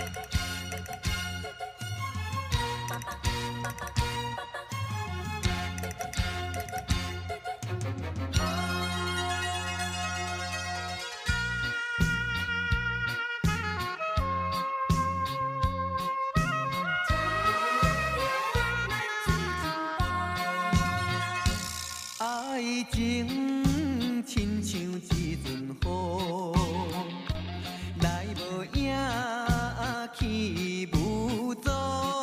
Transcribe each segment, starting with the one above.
爱情亲像一阵风，来无影去无踪，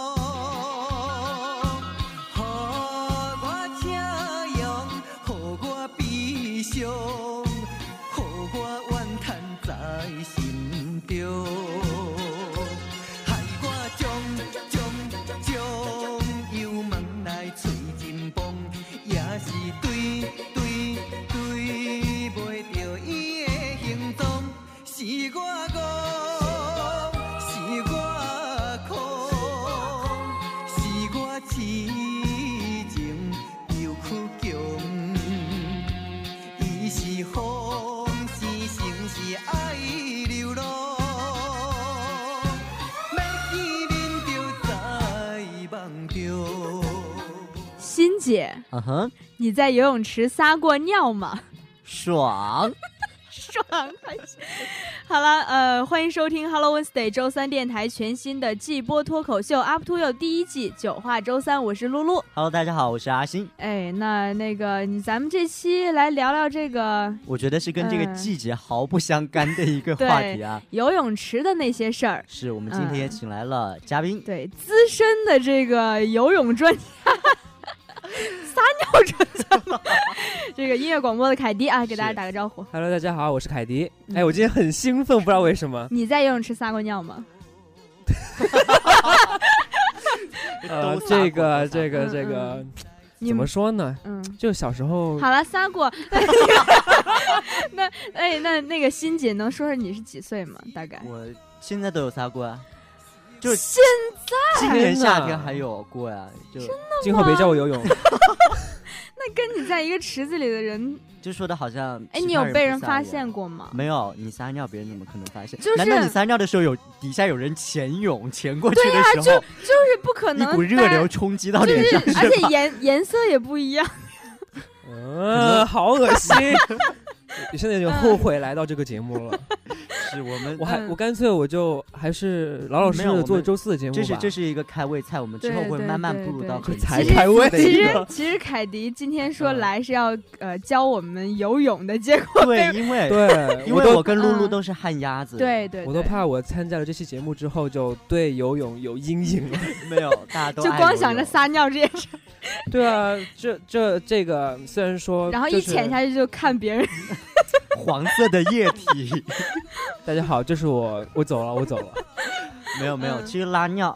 予我车用，予我悲伤，予我怨叹在心中，害我将油问来找真帮，也是对袂着伊的行踪，是我戆，是我苦，是我痴情又苦强，伊是风，是城是爱流浪，要见面就在梦中。 欣姐，你在游泳池撒过尿吗？ 爽爽开心。好了，欢迎收听 Hello Wednesday 周三电台全新的季播脱口秀 Up to You 第一季9话周三，我是露露。 Hello， 大家好，我是阿星。 哎，那个咱们这期来聊聊这个， 我觉得是跟这个季节毫不相干的一个话题啊， 游泳池的那些事儿。 是我们今天也请来了嘉宾， 对，资深的这个游泳专家。撒尿专家这个音乐广播的凯迪啊，给大家打个招呼。 Hello， 大家好，我是凯迪。哎，我今天很兴奋，不知道为什么。 你在游泳池撒过尿吗？ 这个，怎么说呢？就小时候。 好了，撒过。那个欣姐能说说你是几岁吗？大概？ 我现在都有撒过啊。就现在今年夏天还有过呀，就真的吗？ 今后别教我游泳。 那跟你在一个池子里的人， 就说的好像， 哎，你有被人发现过吗？ 没有，你撒尿别人怎么可能发现？ 就是难道你撒尿的时候底下有人潜过去的时候， 就是不可能， 一股热流冲击到脸上， 而且颜色也不一样。 好恶心！你现在有点后悔来到这个节目了。 是我干脆我就还是老老实实的做周四的节目吧。 这是一个开胃菜，我们之后会慢慢步入到很开胃的一个。 其实凯迪今天说来是要教我们游泳的，结果对，因为我跟露露都是旱鸭子， 对， 我都怕我参加了这期节目之后就对游泳有阴影了。 没有，大家都就光想着撒尿这件事。 对啊，这个虽然说， 然后一潜下去就看别人黄色的液体。 大家好，这是我走了。 没有，其实撒尿，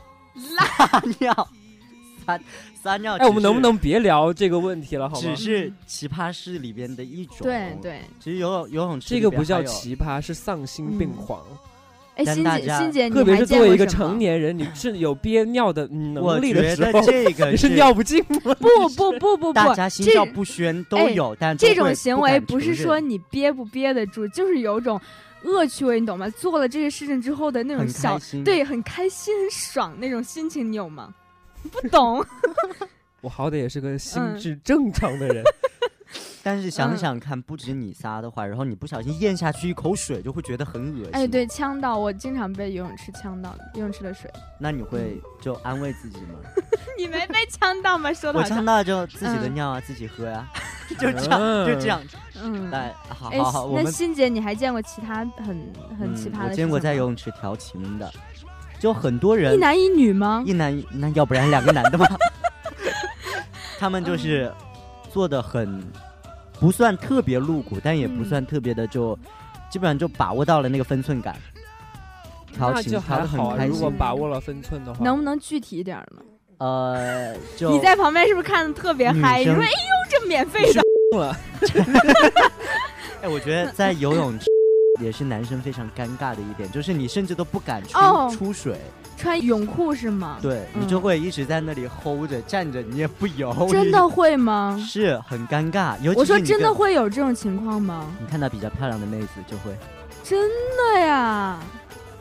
哎，我们能不能别聊这个问题了，好吗？ 只是奇葩事里边的一种。 对， 其实游泳池这个不叫奇葩，是丧心病狂。 哎，欣姐， 特别是作为一个成年人，你是有憋尿的能力的时候， 我觉得这个你是尿不尽吗？ 不， 大家心照不宣都有，但这种行为不是说你憋不憋得住，就是有种恶趣味，你懂吗？做了这些事情之后的那种很开心很爽那种心情，你有吗？不懂。 我好歹也是个心智正常的人。 但是想想看，不止你撒的话，然后你不小心咽下去一口水，就会觉得很恶心。 哎，对，呛到，我经常被游泳池呛到，游泳池的水。 那你会就安慰自己吗？ 你没被呛到吗？说的我呛到就自己的尿啊，自己喝啊，就这样。来，好， 那欣姐，你还见过其他很奇葩的事情吗？ 我见过在游泳池调情的，就很多人， 一男一女吗？ 一男，那要不然2个男的吗？他们就是做的很。不算特别露骨，但也不算特别的，就基本上就把握到了那个分寸感。 那就还好啊，如果把握了分寸的话， 能不能具体一点呢？ 就你在旁边是不是看得特别嗨？你说哎呦，这免费的了。 哎，我觉得在游泳池也是男生非常尴尬的一点，就是你甚至都不敢出水。 穿泳裤是吗？ 对，你就会一直在那里 hold 着站着，你也不游。 真的会吗？ 是很尴尬。尤其是我说真的会有这种情况吗？ 你看到比较漂亮的妹子就会。 真的呀？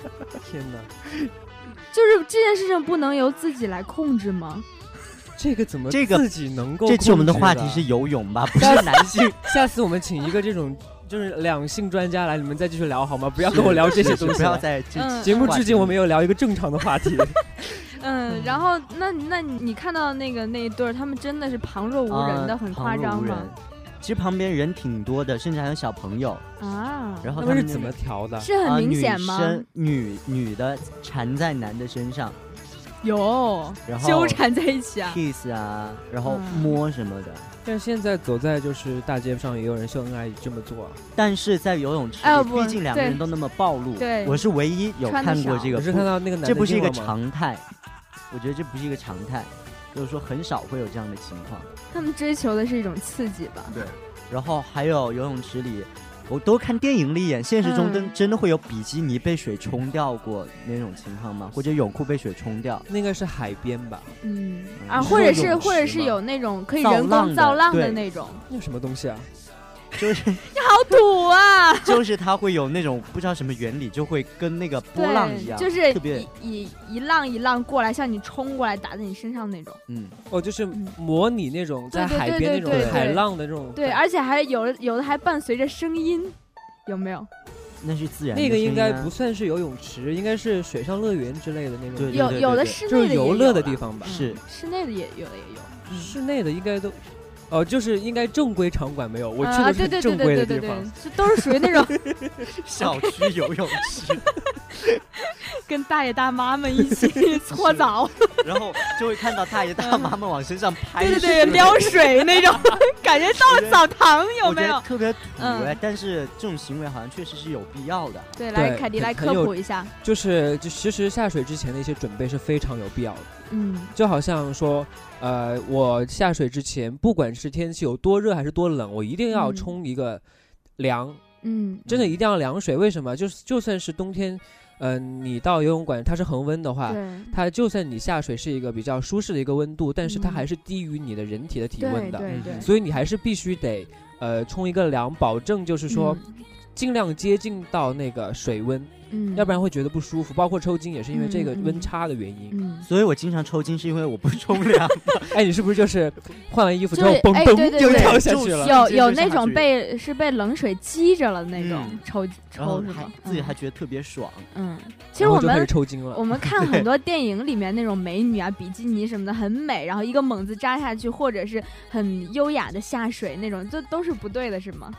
天哪， 就是这件事情不能由自己来控制吗？ 这个怎么这个自己能够？ 这期我们的话题是游泳吧，不是男性。 下次我们请一个这种就是两性专家来，你们再继续聊好吗？不要跟我聊这些东西， 不要在节目至今我们有聊一个正常的话题。 然后那你看到那一对儿，他们真的是旁若无人的，很夸张吗？ 其实旁边人挺多的，甚至还有小朋友啊。 然后他们是怎么调的？ 是很明显吗？ 女的缠在男的身上， 有， 然后纠缠在一起啊 ，kiss 啊，然后摸什么的。 但现在走在就是大街上，也有人秀恩爱这么做。 但是在游泳池里，毕竟两个人都那么暴露，我是唯一有看过这个。 我是看到那个男的， 这不是一个常态。我觉得这不是一个常态，就是说很少会有这样的情况。 他们追求的是一种刺激吧？ 对。然后还有游泳池里，我都看电影里演，现实中真的会有比基尼被水冲掉过那种情况吗？或者泳裤被水冲掉？ 那个是海边吧？ 或者是有那种可以人工造浪的那种。 那什么东西啊？ 就是你好土啊！ 就是它会有那种不知道什么原理，就会跟那个波浪一样， 就是特别一浪一浪过来，向你冲过来，打在你身上那种。 就是模拟那种在海边那种海浪的那种。 对，而且还有的还伴随着声音，有没有？ 那是自然的。 那个应该不算是游泳池，应该是水上乐园之类的那种。 对， 有的室内就是游乐的地方吧？ 是室内的也有， 室内的应该都。就是应该正规场馆没有，我去的是正规的地方， 都是属于那种小区游泳池， 跟大爷大妈们一起搓澡， 然后就会看到大爷大妈们往身上拍水， 对，撩水那种，感觉到了澡堂，有没有？ 特别土但是这种行为好像确实是有必要的。 对，来凯迪来科普一下， 就其实下水之前的一些准备是非常有必要的。就好像说，我下水之前，不管是天气有多热还是多冷，我一定要冲一个凉，真的一定要凉水。为什么？就算是冬天，你到游泳馆它是恒温的话，它就算你下水是一个比较舒适的一个温度，但是它还是低于你的人体的体温的，所以你还是必须得冲一个凉，保证就是说尽量接近到那个水温。要不然会觉得不舒服，包括抽筋也是因为这个温差的原因。 所以我经常抽筋是因为我不冲凉。 哎，你是不是就是换完衣服之后嘣嘣就跳下去了？ 有那种被冷水激着了那种抽是吧？ 自己还觉得特别爽。 其实我们抽筋了。 我们看很多电影里面那种美女啊，比基尼什么的很美，然后一个猛子扎下去，或者是很优雅的下水那种，这都是不对的，是吗？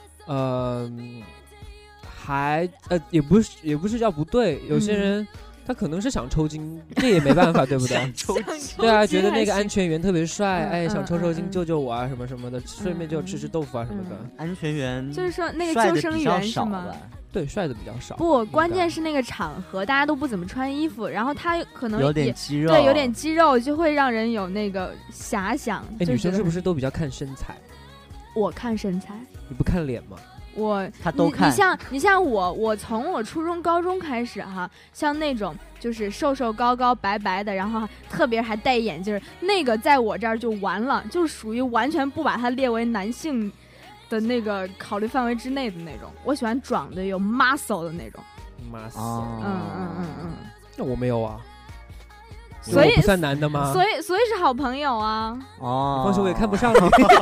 也不是叫不对，有些人他可能是想抽筋，这也没办法，对不对？对啊，觉得那个安全员特别帅，想抽筋救救我啊什么什么的，顺便就吃豆腐啊什么的。 安全员就是说那个救生员是吗？ 对，帅的比较少。 不，关键是那个场合大家都不怎么穿衣服，然后他可能有点肌肉， 对，有点肌肉就会让人有那个遐想。 女生是不是都比较看身材？ 我看身材， 你不看脸吗？ 他都看。 你像我从我初中高中开始哈，像那种就是瘦瘦高高白白的，然后特别还戴眼镜，那个在我这儿就完了，就属于完全不把它列为男性的那个考虑范围之内的那种。我喜欢壮的有 muscle 的那种。 muscle。那我没有啊。 所以我不算男的吗？ 所以是好朋友啊。 况且我也看不上你。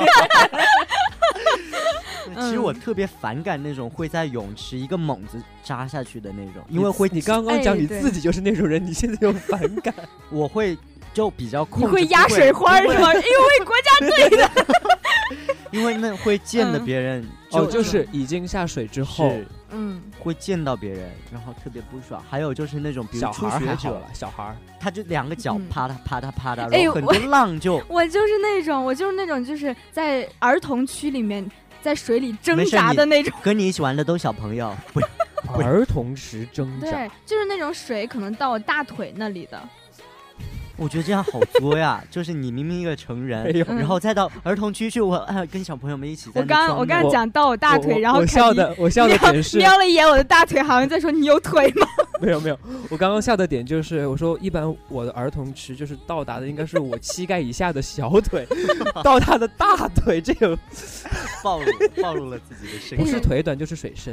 其实我特别反感那种会在泳池一个猛子扎下去的那种，因为你刚刚讲你自己就是那种人，你现在有反感？ 我会就比较控制， 你会压水花是吗？因为国家队的， 因为那会溅的别人， 就是已经下水之后， 会溅到别人，然后特别不爽。还有就是那种比如初学者， 小孩他就两个脚啪嗒啪嗒啪嗒，然后很多浪就我就是那种就是在儿童区里面。在水里挣扎的那种， 跟你一起玩的都小朋友， 儿童时挣扎， 对，就是那种水可能到我大腿那里的。 我觉得这样好作呀！就是你明明一个成人，然后再到儿童区去，跟小朋友们一起在那。 我刚讲到我大腿，然后我笑的点是瞄了一眼我的大腿，好像在说你有腿吗？ 没有，我刚刚笑的点就是我说一般我的儿童池就是到达的应该是我膝盖以下的小腿，到他的大腿，这个暴露了自己的身体， 不是腿短就是水深。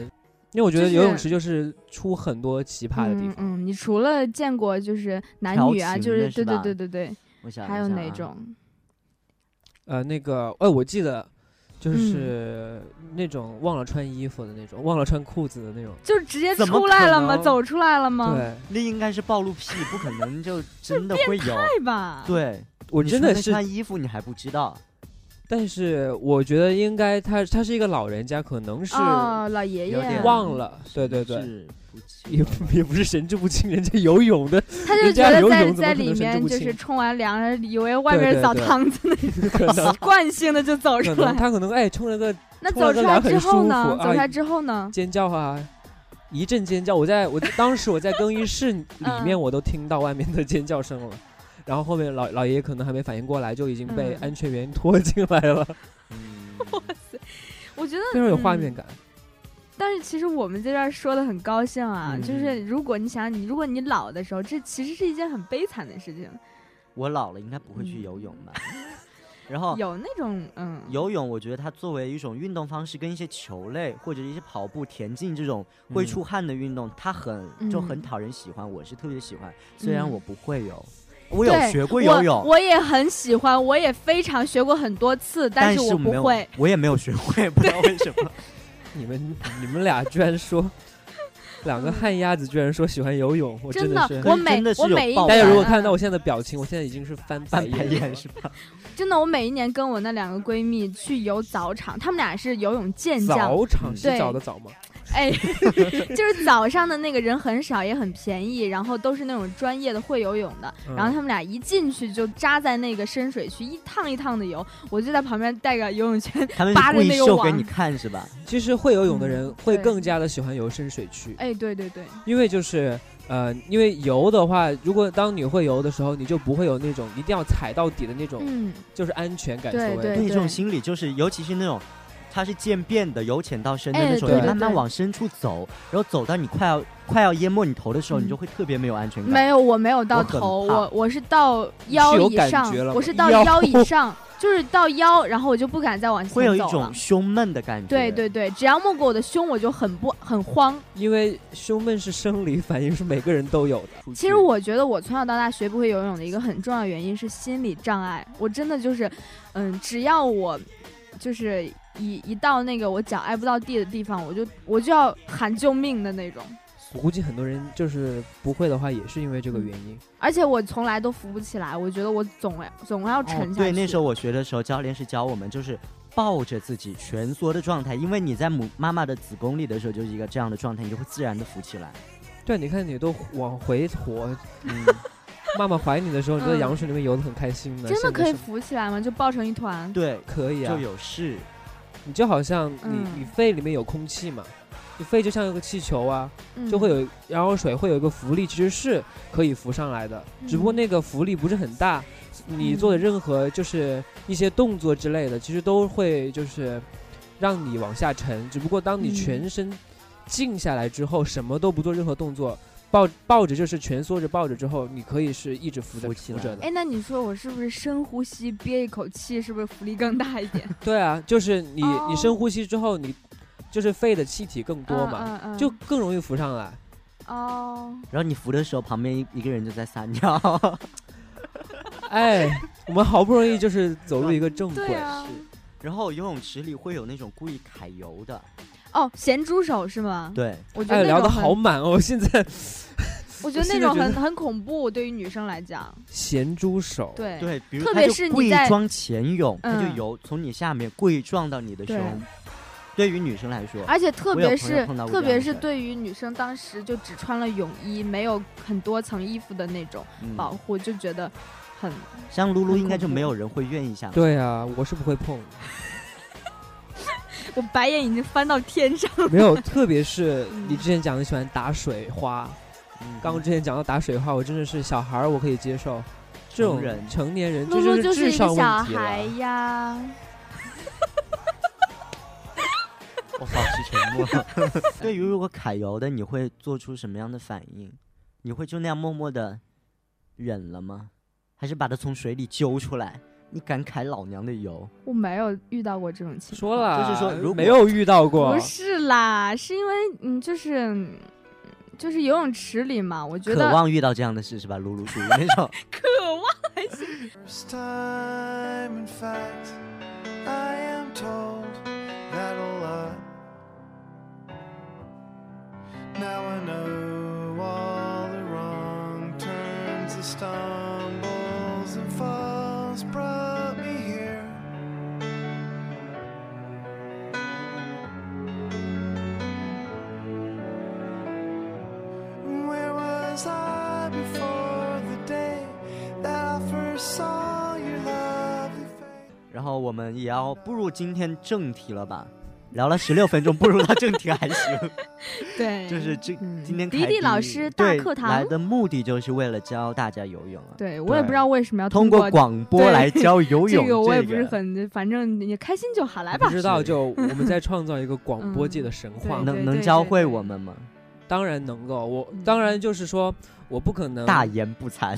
因为我觉得游泳池就是出很多奇葩的地方。 你除了见过就是男女啊，就是对，还有哪种？ 那个我记得就是那种忘了穿衣服的那种，忘了穿裤子的那种， 就直接出来了吗？走出来了吗？ 对， 那应该是暴露癖，不可能就真的会有。 变态吧？ 对， 我真的是穿衣服你还不知道。 但是我觉得应该他是一个老人家，可能是老爷爷忘了，对，也不是神志不清，人家游泳的， 他就觉得在里面就是冲完凉，以为外面是澡堂子那种，习惯性的就走出来。 他可能冲了个那走出来之后呢？走出来之后呢？ 尖叫啊！一阵尖叫，当时我在更衣室里面，我都听到外面的尖叫声了。然后后面老爷爷可能还没反应过来，就已经被安全员拖进来了。 哇塞，我觉得非常有画面感。 但是其实我们在这儿说的很高兴啊，就是如果你老的时候，这其实是一件很悲惨的事情。 我老了应该不会去游泳吧？然后有那种游泳，我觉得它作为一种运动方式，跟一些球类或者一些跑步、田径这种会出汗的运动，它很讨人喜欢。我是特别喜欢，虽然我不会游。我有学过游泳， 我也很喜欢，我也非常学过很多次，但是我不会， 我也没有学会，不知道为什么。 你们俩居然说，两个旱鸭子居然说喜欢游泳，我真的是， 我每一年， 大家如果看到我现在的表情，我现在已经是翻白眼是吧？ 真的，我每一年跟我那2个闺蜜去游澡场，她们俩是游泳健将。 澡场洗澡的澡吗？ 哎，就是早上的那个人很少，也很便宜，然后都是那种专业的会游泳的。然后他们俩一进去就扎在那个深水区，一趟一趟的游，我就在旁边带个游泳圈，扒着那个网。 他们是故意秀给你看是吧？ 其实会游泳的人会更加的喜欢游深水区。 哎，对， 因为就是因为游的话，如果当你会游的时候，你就不会有那种一定要踩到底的那种，就是安全感。 对， 这种心理就是，尤其是那种。它是渐变的，由浅到深的那种，你慢慢往深处走，然后走到你快要淹没你头的时候，你就会特别没有安全感。 没有，我没有到头，我是到腰以上，我是到腰以上，就是到腰，然后我就不敢再往前走了。 会有一种胸闷的感觉。 对，只要没过我的胸，我就很慌。 因为胸闷是生理反应，是每个人都有的。 其实我觉得我从小到大学不会游泳的一个很重要的原因是心理障碍。我真的就是，只要我就是一到那个我脚挨不到地的地方，我就要喊救命的那种。 我估计很多人就是不会的话，也是因为这个原因。 而且我从来都浮不起来，我觉得我总要沉下去。 对，那时候我学的时候，教练是教我们就是抱着自己蜷缩的状态，因为你在妈妈的子宫里的时候就是一个这样的状态，你就会自然的浮起来。 对，你看你都往回活。妈妈怀你的时候，你在羊水里面游得很开心的。 真的可以浮起来吗？就抱成一团？ 对， 可以啊， 就有事。 你就好像你肺里面有空气嘛，你肺就像一个气球啊，就会有，然后水会有一个浮力，其实是可以浮上来的，只不过那个浮力不是很大。你做的任何就是一些动作之类的，其实都会就是让你往下沉，只不过当你全身静下来之后，什么都不做任何动作。抱着就是蜷缩着抱着之后，你可以是一直浮着的。 哎，那你说我是不是深呼吸憋一口气，是不是浮力更大一点？ 对啊，就是你深呼吸之后，你就是肺的气体更多嘛，就更容易浮上来。 哦。 然后你浮的时候，旁边一个人就在撒尿。 哎，我们好不容易就是走入一个正轨。 然后游泳池里会有那种故意揩油的。 哦，咸猪手是吗？ 对， 我觉得聊得好满哦，现在。 我觉得那种很恐怖，对于女生来讲。 咸猪手。 对，比如特别是你在故意装前泳，他就游从你下面故意撞到你的胸。对于女生来说， 而且特别是对于女生当时就只穿了泳衣，没有很多层衣服的那种保护，就觉得很像露露应该就没有人会愿意下。 对啊，我是不会碰。 我白眼已经翻到天上了。 没有，特别是你之前讲的喜欢打水花，刚刚之前讲到打水花，我真的是小孩我可以接受，这种成年人露露就是智商问题了。 一个小孩呀。 我保持沉默。对于如果揩油的，你会做出什么样的反应？你会就那样默默的忍了吗？还是把它从水里揪出来， 你敢揩老娘的油？ 我没有遇到过这种情况。 说了， 就是说如果没有遇到过。 不是啦，是因为就是游泳池里嘛，我觉得渴望遇到这样的事是吧？鲁鲁属于那种渴望还行。 First time, in fact, I am told that a lot. Now I know all the wrong turns, the stumbles and falls brought me here. Where was I before the day that I first saw your lovely face? 然后我们也要步入今天正题了吧？聊了16分钟，步入到正题还行。 对， 就是今天迪迪老师大课堂来的目的就是为了教大家游泳啊。 对，我也不知道为什么要通过广播来教游泳。 这个我也不是很，反正你开心就好，来吧。 不知道就我们在创造一个广播界的神话， 能教会我们吗？ 当然能够，我当然就是说我不可能大言不惭。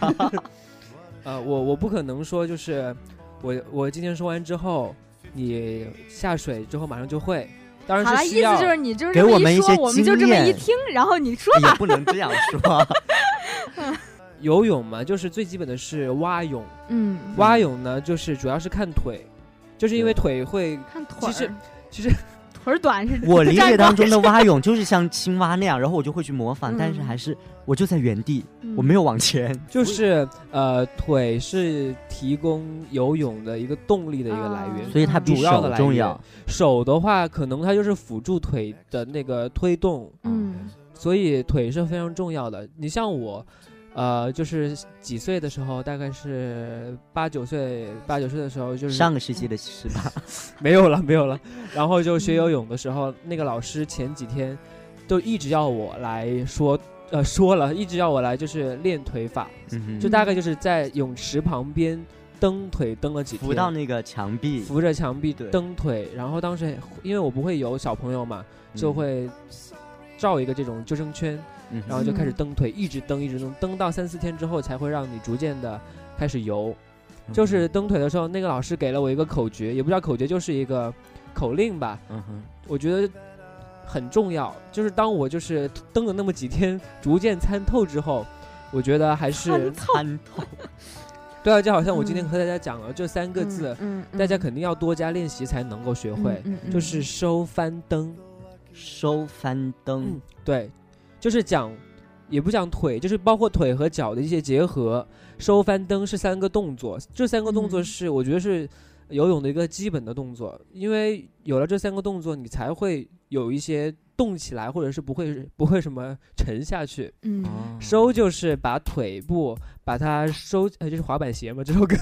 我不可能说就是我今天说完之后。你下水之后马上就会，当然是需要。 好了，意思就是你就是给我们一些经验， 我们就这么一听，然后你说吧。 也不能这样说。 游泳嘛，就是最基本的是蛙泳。蛙泳呢，就是主要是看腿，就是因为腿会看腿。 其实腿短是。 我理解当中的蛙泳就是像青蛙那样，然后我就会去模仿，但是还是我就在原地，我没有往前。 就是腿是提供游泳的一个动力的一个来源， 所以它比手重要。 手的话，可能它就是辅助腿的那个推动，所以腿是非常重要的。你像我。就是几岁的时候，大概是8、9岁的时候，就是上个世纪的是吧？ 没有了。然后就学游泳的时候，那个老师前几天都一直要我来一直要我来就是练腿法，就大概就是在泳池旁边蹬腿蹬了几天， 扶到那个墙壁， 扶着墙壁蹬腿。然后当时因为我不会游，小朋友嘛，就会照一个这种救生圈。然后就开始蹬腿，一直蹬到3、4天之后，才会让你逐渐的开始游。就是蹬腿的时候，那个老师给了我一个口诀，也不叫口诀，就是一个口令吧。我觉得很重要。就是当我就是蹬了那么几天，逐渐参透之后，我觉得还是参透。 对啊，就好像我今天和大家讲了这3个字，大家肯定要多加练习才能够学会，就是收翻蹬。 收翻蹬， 对。就是讲，也不讲腿，就是包括腿和脚的一些结合。收翻蹬是3个动作，这3个动作是我觉得是游泳的一个基本的动作，因为有了这3个动作，你才会有一些动起来，或者是不会什么沉下去。收就是把腿部把它收，就是滑板鞋嘛，这首歌。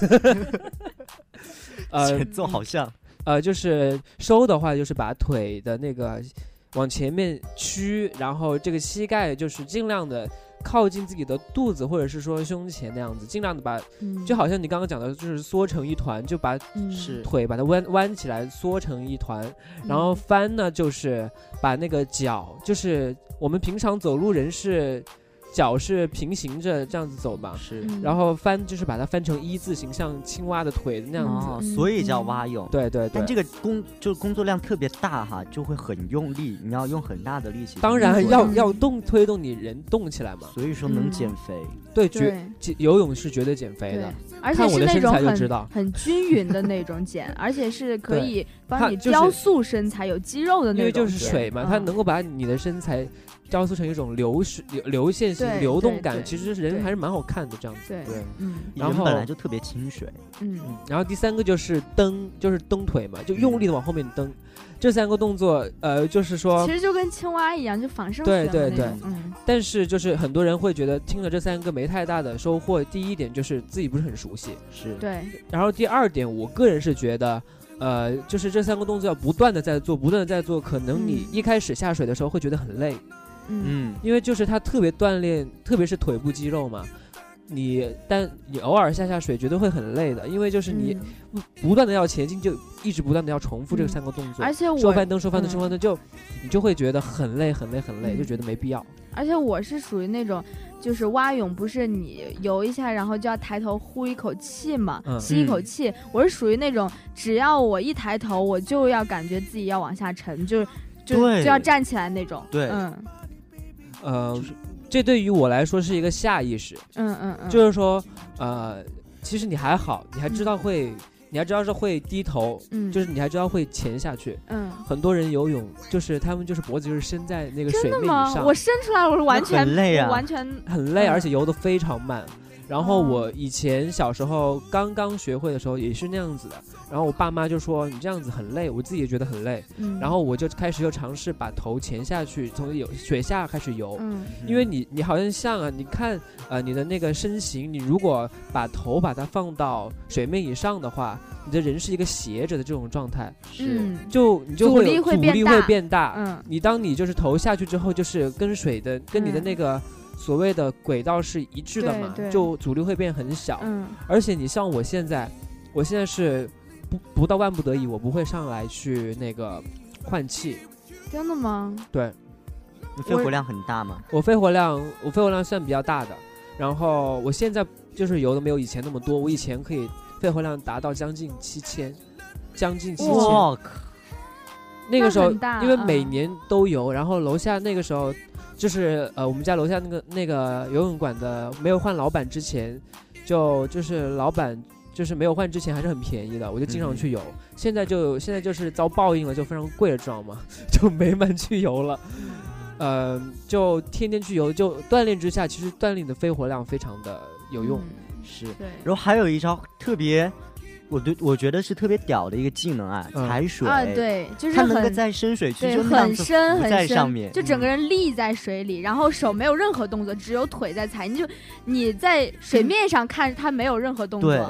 节奏好像。 就是收的话，就是把腿的那个。往前面屈，然后这个膝盖就是尽量的靠近自己的肚子或者是说胸前那样子，尽量的把，就好像你刚刚讲的，就是缩成一团，就把腿把它弯起来，缩成一团。然后翻呢，就是把那个脚，就是我们平常走路人是脚是平行着这样子走嘛，然后翻就是把它翻成一字形，像青蛙的腿那样子， 所以叫蛙泳。 对。 但这个工作量特别大哈，就会很用力，你要用很大的力气。 当然要推动你人动起来嘛。 所以说能减肥。 对，游泳是绝对减肥的， 而且是那种很均匀的那种减，而且是可以帮你雕塑身材，有肌肉的那种。 因为就是水嘛，它能够把你的身材雕塑成一种流线型流动感，其实人还是蛮好看的这样子。 对， 然后本来就特别清水。 然后第3个就是蹬，就是蹬腿嘛，就用力的往后面蹬。这3个动作，就是说， 其实就跟青蛙一样，就仿生学。 对。但是就是很多人会觉得听了这3个没太大的收获。第一点就是自己不是很熟悉， 对。 然后第2点，我个人是觉得，就是这3个动作要不断的在做，可能你一开始下水的时候会觉得很累。因为就是它特别锻炼，特别是腿部肌肉嘛。 但你偶尔下水绝对会很累的，因为就是你不断的要前进，就一直不断的要重复这3个动作， 而且我收翻蹬收翻蹬收翻蹬，你就会觉得很累很累很累，就觉得没必要。 而且我是属于那种，就是蛙泳不是你游一下然后就要抬头呼一口气嘛，吸一口气，我是属于那种只要我一抬头我就要感觉自己要往下沉，就要站起来那种。 对， 这对于我来说是一个下意识，就是说其实你还好，你还知道你还知道是会低头，就是你还知道会潜下去。很多人游泳就是他们就是脖子就是伸在那个水面以上。真的吗？ 我伸出来我是完全很累啊， 完全很累，而且游得非常慢。然后我以前小时候刚刚学会的时候也是那样子的，然后我爸妈就说你这样子很累，我自己也觉得很累，然后我就开始又尝试把头潜下去，从水下开始游，因为你好像像啊，你看你的那个身形，你如果把头把它放到水面以上的话，你的人是一个斜着的这种状态，你就会阻力会变大，你当你就是头下去之后，就是跟你的那个所谓的轨道是一致的嘛，就阻力会变很小。而且你像我现在是不到万不得已，我不会上来去那个换气。 真的吗？ 对。 你肺活量很大吗？ 我肺活量算比较大的，然后我现在就是游的没有以前那么多，我以前可以肺活量达到将近7000。那个时候因为每年都游，然后楼下那个时候就是我们家楼下那个游泳馆的没有换老板之前，就是老板就是没有换之前还是很便宜的，我就经常去游。现在就是遭报应了，就非常贵了，知道吗？就没满去游了。就天天去游，就锻炼之下，其实锻炼你的肺活量非常的有用。 是。然后还有一招特别。我觉得是特别屌的一个技能啊，踩水啊，对，就是它能够在深水区就很深很深， 上面就整个人立在水里，然后手没有任何动作，只有腿在踩，你在水面上看它没有任何动作，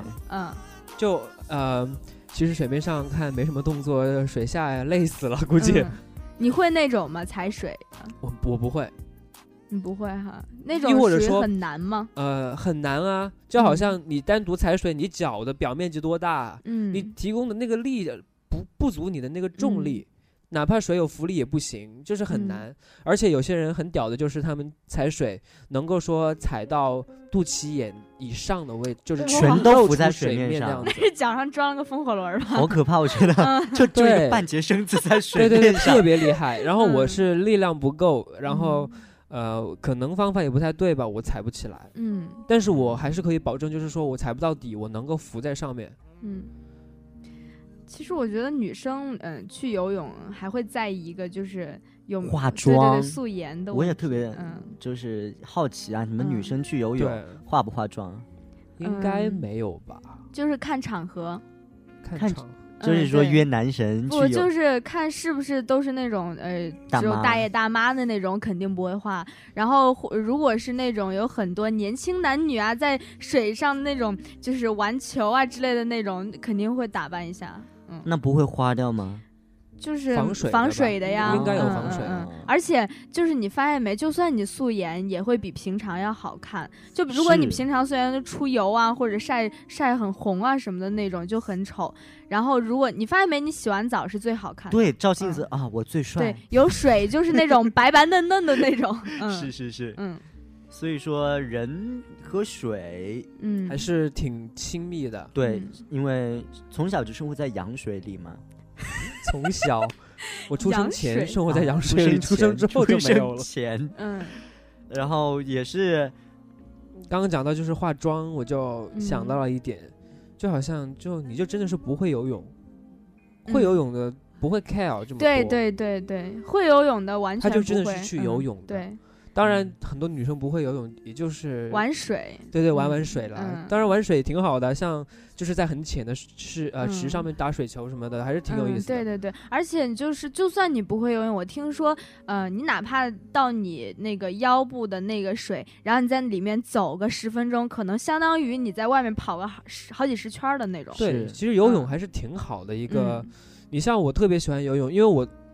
其实水面上看没什么动作，水下呀累死了，估计。 你会那种吗？踩水？ 我不会。 你不会哈？那种水很难吗？ 很难啊，就好像你单独踩水，你脚的表面积多大？你提供的那个力不足你的那个重力，哪怕水有浮力也不行，就是很难。而且有些人很屌的，就是他们踩水能够说踩到肚脐眼以上的位置，就是全都浮在水面上， 那是脚上装了个风火轮吧？ 好可怕，我觉得就一个半截身子在水面上， 对，特别厉害。然后我是力量不够，然后。可能方法也不太对吧，我踩不起来。但是我还是可以保证，就是说我踩不到底，我能够浮在上面。 其实我觉得女生去游泳还会在意一个就是有化妆、 对素颜的。 我也特别就是好奇啊，你们女生去游泳化不化妆？ 应该没有吧？ 就是看场合， 看场合。 就是说约男神去， 我就是看是不是都是那种只有大爷大妈的那种，肯定不会化。然后如果是那种有很多年轻男女啊，在水上那种就是玩球啊之类的那种，肯定会打扮一下。 那不会花掉吗？ 就是防水的呀， 应该有防水。 而且就是你发现没，就算你素颜也会比平常要好看。就如果你平常素颜出油啊，或者晒很红啊什么的那种就很丑。然后如果你发现没，你洗完澡是最好看的。 对，照镜子啊，我最帅。 对，有水就是那种白白嫩嫩的那种。 是。所以说人和水还是挺亲密的。 对，因为从小就生活在羊水里嘛。 从小，我出生前生活在羊水里，出生之后就没有了。 然后也是， 刚刚讲到就是化妆，我就想到了一点，就好像你就真的是不会游泳，会游泳的不会 care 这么多。 对，会游泳的完全不会， 他就真的是去游泳的。 对。 当然，很多女生不会游泳，也就是玩水。 对，玩水了。当然，玩水挺好的，像就是在很浅的池上面打水球什么的，还是挺有意思的。 对，而且就算你不会游泳，我听说，你哪怕到你那个腰部的那个水，然后你在里面走个10分钟，可能相当于你在外面跑个好几十圈的那种。 对，其实游泳还是挺好的一个。你像我特别喜欢游泳，因为我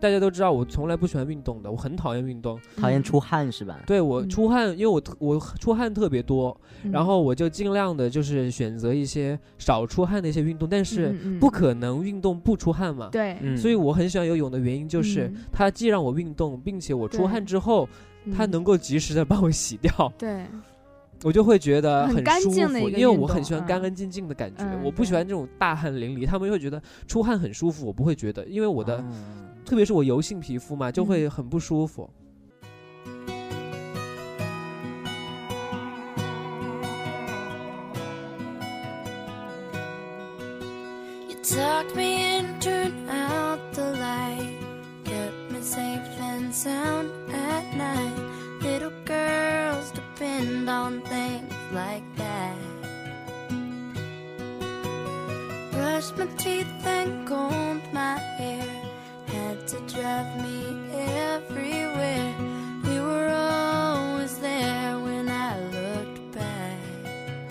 大家都知道我从来不喜欢运动的，我很讨厌运动， 讨厌出汗是吧？ 对，我出汗，因为我出汗特别多，然后我就尽量的就是选择一些少出汗的一些运动，但是不可能运动不出汗嘛。 对， 所以我很喜欢游泳的原因就是它既让我运动，并且我出汗之后它能够及时的帮我洗掉。 对， 我就会觉得很舒服，因为我很喜欢干干净净的感觉，我不喜欢这种大汗淋漓。他们会觉得出汗很舒服，我不会觉得，因为我的，特别是我油性皮肤嘛，就会很不舒服。 Tucked me in, turned out the light, kept me safe and sound at night. Little girls depend on things like that. Brushed my teeth and combed my hair, had to drive me everywhere. You were always there when I looked back.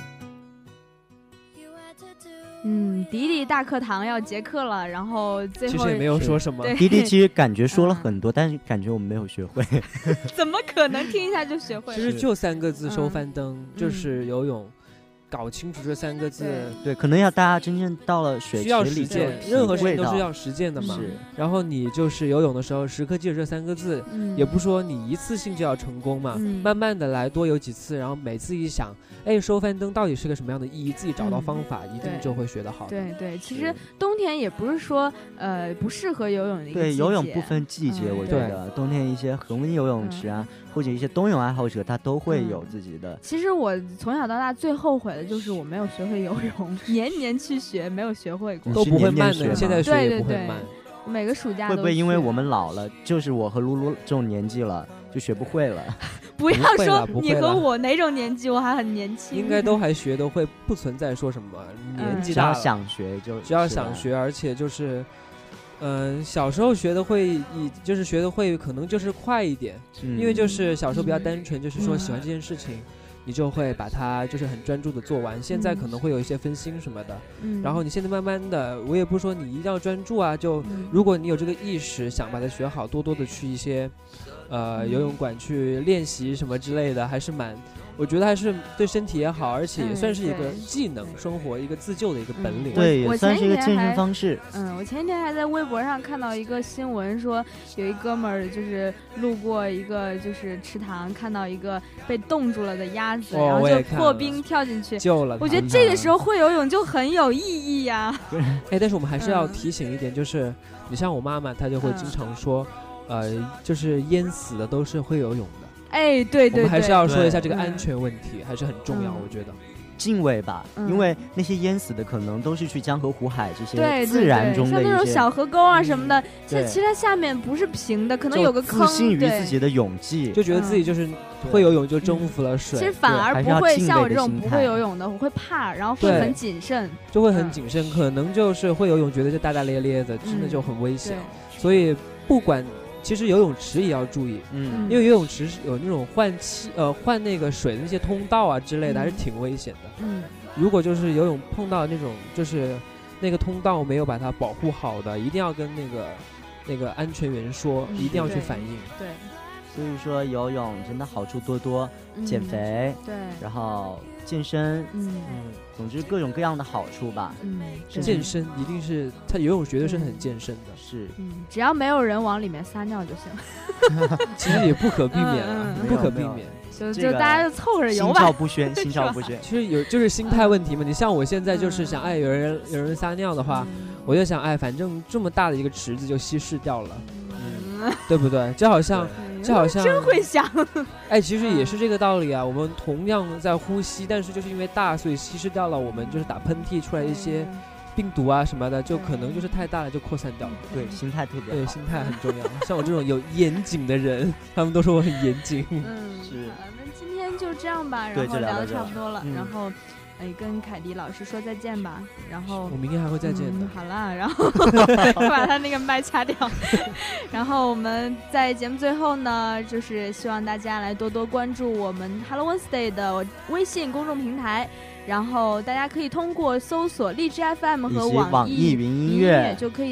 You had to do 迪迪大课堂要结课了，然后最后其实也没有说什么。 迪迪其实感觉说了很多，但是感觉我们没有学会。 怎么可能听一下就学会了？ 其实就3个字：收翻灯，就是游泳。搞清楚这3个字， 对，可能要大家真正到了水池里， 需要实践，任何事情都是要实践的嘛。 是。 然后你就是游泳的时候，时刻记着这3个字，也不说你一次性就要成功嘛，慢慢的来，多游几次，然后每次一想，哎，收翻灯到底是个什么样的意义，自己找到方法，一定就会学得好。 对对，其实冬天也不是说不适合游泳的一个季节。 对，游泳不分季节，我觉得冬天一些恒温游泳池啊，或者一些冬泳爱好者，他都会有自己的。 其实我从小到大最后悔的就是我没有学会游泳，年年去学，没有学会过。 都不会慢的，现在学也不会慢。 我每个暑假会不会因为我们老了，就是我和露露这种年纪了，就学不会了？ 不要说你和我哪种年纪，我还很年轻。 应该都还学得会，不存在说什么年纪大了， 只要想学只要想学，而且就是。小时候学的会就是学的会可能就是快一点，因为就是小时候比较单纯，就是说喜欢这件事情，你就会把它就是很专注的做完。现在可能会有一些分心什么的，然后你现在慢慢的，我也不说你一定要专注啊，就如果你有这个意识想把它学好，多多的去一些游泳馆去练习什么之类的，还是我觉得还是对身体也好，而且也算是一个技能，生活一个自救的一个本领。 对，也算是一个健身方式。 我前几天还在微博上看到一个新闻，说有一哥们儿就是路过一个就是池塘，看到一个被冻住了的鸭子，然后就破冰跳进去救了。 我觉得这个时候会游泳就很有意义呀。 但是我们还是要提醒一点，就是你像我妈妈，她就会经常说，就是淹死的都是会游泳的。 哎，对， 我们还是要说一下这个安全问题，还是很重要，我觉得。 敬畏吧，因为那些淹死的可能都是去江河湖海这些自然中的像那种小河沟啊什么的，其实它下面不是平的，可能有个坑。 自信于自己的勇气， 就觉得自己就是会游泳就征服了水。 其实反而不会像我这种不会游泳的，我会怕，然后会很谨慎， 就会很谨慎，可能就是会游泳觉得就大大咧咧的，真的就很危险。所以不管。其实游泳池也要注意，因为游泳池有那种换那个水的那些通道啊之类的，还是挺危险的。如果就是游泳碰到那种就是那个通道没有把它保护好的，一定要跟那个安全员说，一定要去反映。 对， 所以说游泳真的好处多多，减肥， 对， 然后健身，总之各种各样的好处吧。 健身一定是他游泳绝对是很健身的， 是， 只要没有人往里面撒尿就行。 其实也不可避免，不可避免。 就大家就凑合着游吧， 心照不宣，心照不宣。 其实就是心态问题嘛。你像我现在就是想，有人撒尿的话，我就想，反正这么大的一个池子就稀释掉了，对不对？就好像真会想。 其实也是这个道理啊。我们同样在呼吸，但是就是因为大，所以稀释掉了我们就是打喷嚏出来一些病毒啊什么的，就可能就是太大了就扩散掉了。 对，心态特别好。 对，心态很重要。像我这种有严谨的人，他们都说我很严谨。 是。 那今天就这样吧，然后聊得差不多了，然后。跟凯迪老师说再见吧，然后我明天还会再见的。 好了，然后把他那个麦掐掉。然后我们在节目最后呢，就是希望大家来多多关注我们 Hello Wednesday 的微信公众平台，然后大家可以通过搜索荔枝 FM 和网易云音乐就可以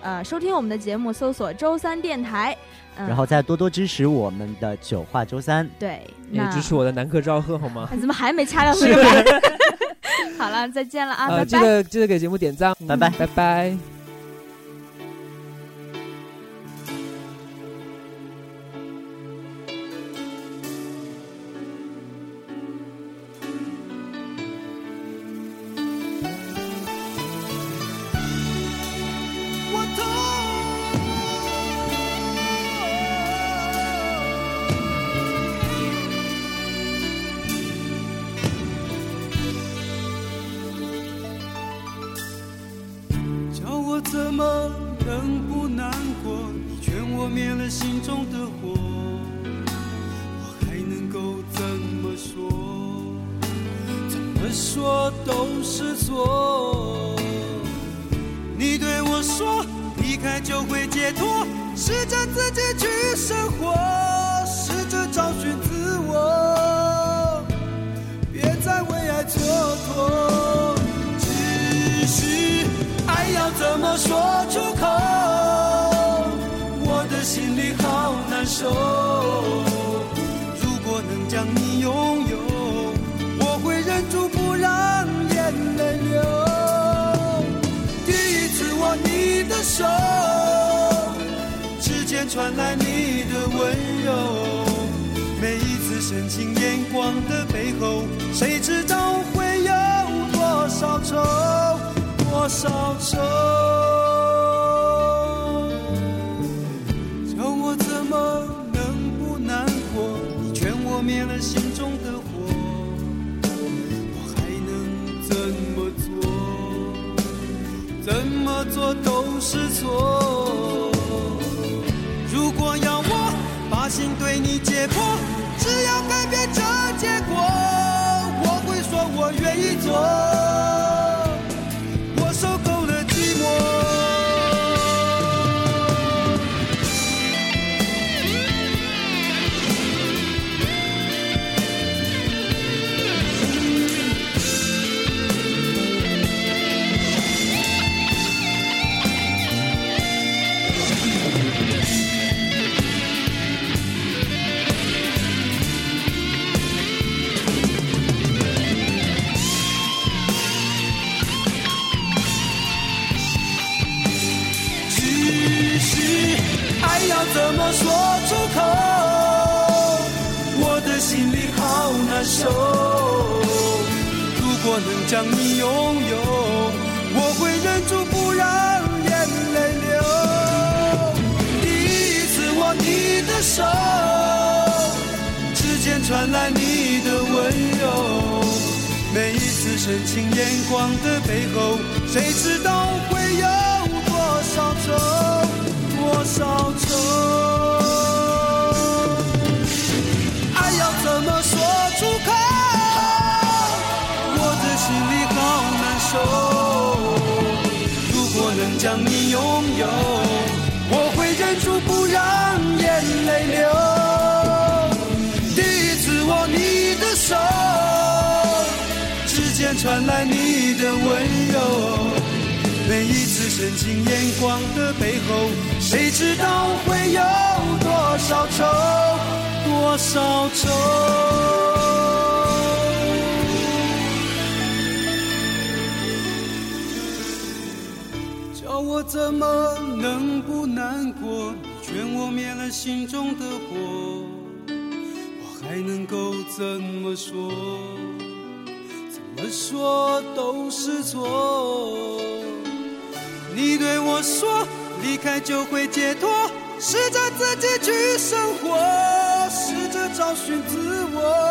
收听我们的节目，搜索周三电台， 然后再多多支持我们的9话周三。 对， 也支持我的南柯赵贺好吗？ 怎么还没掐掉这个？好了，再见了啊！拜拜！ 记得给节目点赞， 拜拜， 拜拜。 怎么能不难过？你劝我灭了心中的火，我还能够怎么说？怎么说都是错。你对我说，离开就会解脱，试着自己去生活，试着找寻自我，别再为爱蹉跎。只是爱要怎么说出口，我的心里好难受。如果能将你拥有，我会忍住不让眼泪流。第一次握你的手，指尖传来你的温柔，每一次深情眼光的背后，谁知道会有多少愁，多少愁。叫我怎么能不难过？你劝我灭了心中的火，我还能怎么做？怎么做都是错。如果要我把心对你解剖，只要改变这结果，我会说我愿意做。我受够了寂寞。怎么说出口？我的心里好难受。如果能将你拥有，我会忍住不让眼泪流。第一次握你的手，指尖传来你的温柔，每一次深情眼光的背后，谁知道会有多少愁，多少愁。爱要怎么说出口？我的心里好难受。如果能将你拥有，我会忍住不让眼泪流。第一次握你的手，指尖传来你的温柔，每一次深情眼光的背后，谁知道会有多少愁，多少愁。叫我怎么能不难过？你劝我灭了心中的火，我还能够怎么说？怎么说都是错。你对我说，离开就会解脱，试着自己去生活，试着找寻自我，